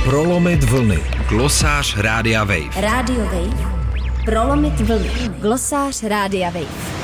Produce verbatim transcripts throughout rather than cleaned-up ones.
Prolomit vlny. Glosář Rádia Wave. Rádio Wave. Prolomit vlny. Glosář Rádia Wave.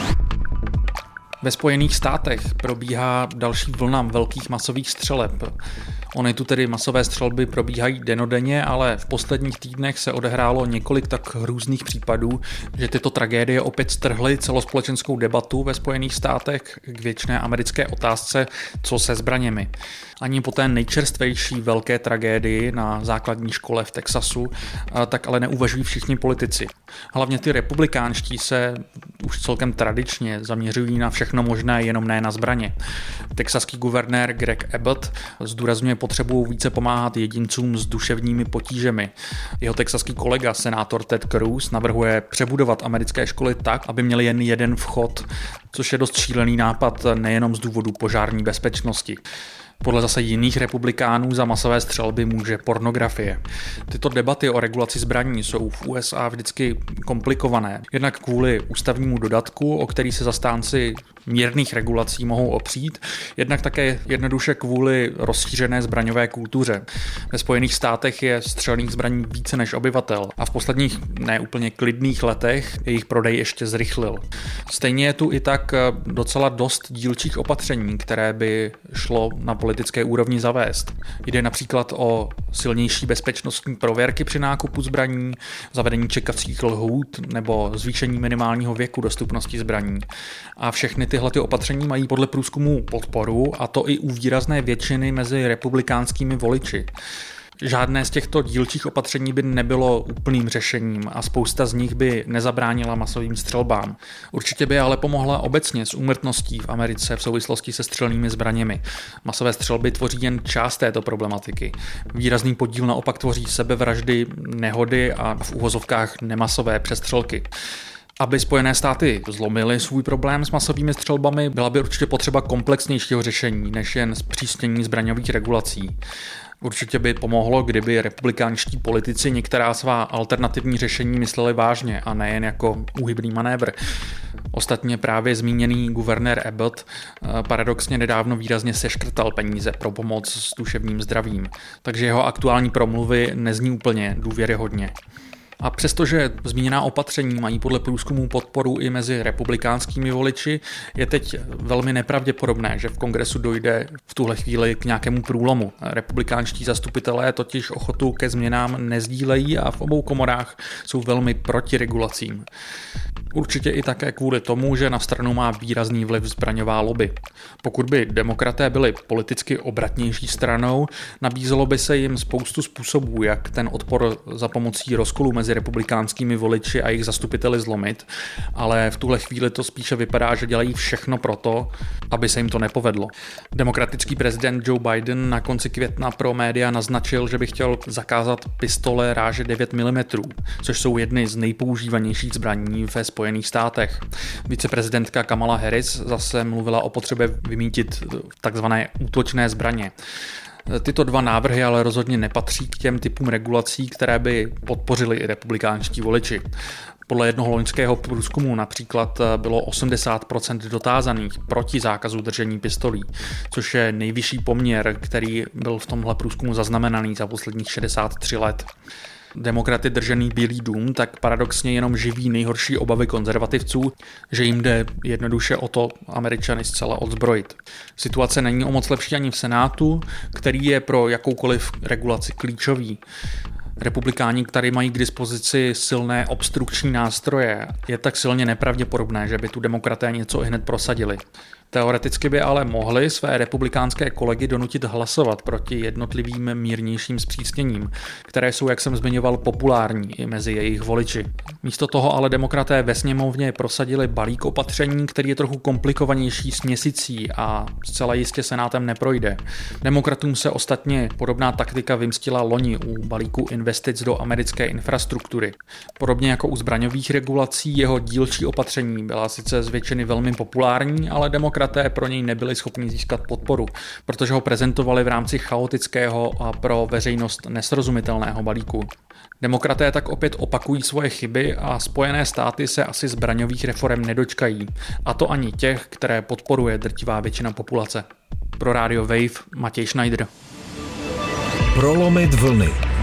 Ve Spojených státech probíhá další vlna velkých masových střeleb. Ony tu tedy masové střelby probíhají dennodenně, ale v posledních týdnech se odehrálo několik tak hrůzných případů, že tyto tragédie opět strhly celospolečenskou debatu ve Spojených státech k věčné americké otázce, co se zbraněmi. Ani po té nejčerstvější velké tragédii na základní škole v Texasu, tak ale neuvažují všichni politici. Hlavně ty republikánští se už celkem tradičně zaměřují na všechno možné, jenom ne na zbraně. Texaský guvernér Greg Abbott zdůrazňuje potřebu více pomáhat jedincům s duševními potížemi. Jeho texaský kolega, senátor Ted Cruz, navrhuje přebudovat americké školy tak, aby měly jen jeden vchod, což je dost šílený nápad nejenom z důvodu požární bezpečnosti. Podle zase jiných republikánů za masové střelby může pornografie. Tyto debaty o regulaci zbraní jsou v U S A vždycky komplikované. Jednak kvůli ústavnímu dodatku, o který se zastánci mírných regulací mohou opřít, jednak také jednoduše kvůli rozšířené zbraňové kultuře. Ve Spojených státech je střelných zbraní více než obyvatel a v posledních neúplně klidných letech jejich prodej ještě zrychlil. Stejně je tu i tak docela dost dílčích opatření, které by šlo na politické úrovni zavést. Jde například o silnější bezpečnostní prověrky při nákupu zbraní, zavedení čekacích lhůt nebo zvýšení minimálního věku dostupnosti zbraní. A všechny tyhle ty opatření mají podle průzkumů podporu, a to i u výrazné většiny mezi republikánskými voliči. Žádné z těchto dílčích opatření by nebylo úplným řešením a spousta z nich by nezabránila masovým střelbám. Určitě by ale pomohla obecně s úmrtností v Americe v souvislosti se střelnými zbraněmi. Masové střelby tvoří jen část této problematiky. Výrazný podíl naopak tvoří sebevraždy, nehody a v uvozovkách nemasové přestřelky. Aby Spojené státy zlomily svůj problém s masovými střelbami, byla by určitě potřeba komplexnějšího řešení než jen zpřísnění zbraňových regulací. Určitě by pomohlo, kdyby republikánští politici některá svá alternativní řešení mysleli vážně a nejen jako úhybný manévr. Ostatně právě zmíněný guvernér Abbott paradoxně nedávno výrazně seškrtal peníze pro pomoc s duševním zdravím, takže jeho aktuální promluvy nezní úplně důvěryhodně. A přestože zmíněná opatření mají podle průzkumů podporu i mezi republikánskými voliči, je teď velmi nepravděpodobné, že v kongresu dojde v tuhle chvíli k nějakému průlomu. Republikánští zastupitelé totiž ochotu ke změnám nezdílejí a v obou komorách jsou velmi proti regulacím. Určitě i také kvůli tomu, že na stranu má výrazný vliv zbraňová lobby. Pokud by demokraté byli politicky obratnější stranou, nabízelo by se jim spoustu způsobů, jak ten odpor za pomocí rozkolu mezi republikánskými voliči a jejich zastupiteli zlomit, ale v tuhle chvíli to spíše vypadá, že dělají všechno proto, aby se jim to nepovedlo. Demokratický prezident Joe Biden na konci května pro média naznačil, že by chtěl zakázat pistole ráže devět milimetrů, což jsou jedny z nejpoužívanějších zbraní ve Spojených státech. Viceprezidentka Kamala Harris zase mluvila o potřebě vymýtit takzvané útočné zbraně. Tyto dva návrhy ale rozhodně nepatří k těm typům regulací, které by podpořili i republikánští voliči. Podle jednoho loňského průzkumu například bylo osmdesát procent dotázaných proti zákazu držení pistolí, což je nejvyšší poměr, který byl v tomhle průzkumu zaznamenaný za posledních šedesát tři let. Demokraty držený Bílý dům tak paradoxně jenom živí nejhorší obavy konzervativců, že jim jde jednoduše o to Američany zcela odzbrojit. Situace není o moc lepší ani v Senátu, který je pro jakoukoliv regulaci klíčový. Republikáni, kteří mají k dispozici silné obstrukční nástroje, je tak silně nepravděpodobné, že by tu demokraté něco hned prosadili. Teoreticky by ale mohli své republikánské kolegy donutit hlasovat proti jednotlivým mírnějším zpřísněním, které jsou, jak jsem zmiňoval, populární i mezi jejich voliči. Místo toho ale demokraté ve sněmovně prosadili balík opatření, který je trochu komplikovanější s měsící a zcela jistě senátem neprojde. Demokratům se ostatně podobná taktika vymstila loni u balíku investic do americké infrastruktury. Podobně jako u zbraňových regulací, jeho dílčí opatření byla sice z většiny velmi populární, ale demokraté pro něj nebyli schopni získat podporu, protože ho prezentovali v rámci chaotického a pro veřejnost nesrozumitelného balíku. Demokraté tak opět opakují svoje chyby a Spojené státy se asi zbraňových reforem nedočkají, a to ani těch, které podporuje drtivá většina populace. Pro Radio Wave Matěj Schneider. Prolomit vlny.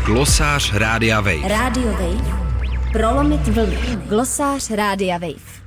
Glosář Rádia Wave. Rádio Wave. Prolomit vlny. Glosář Rádia Wave.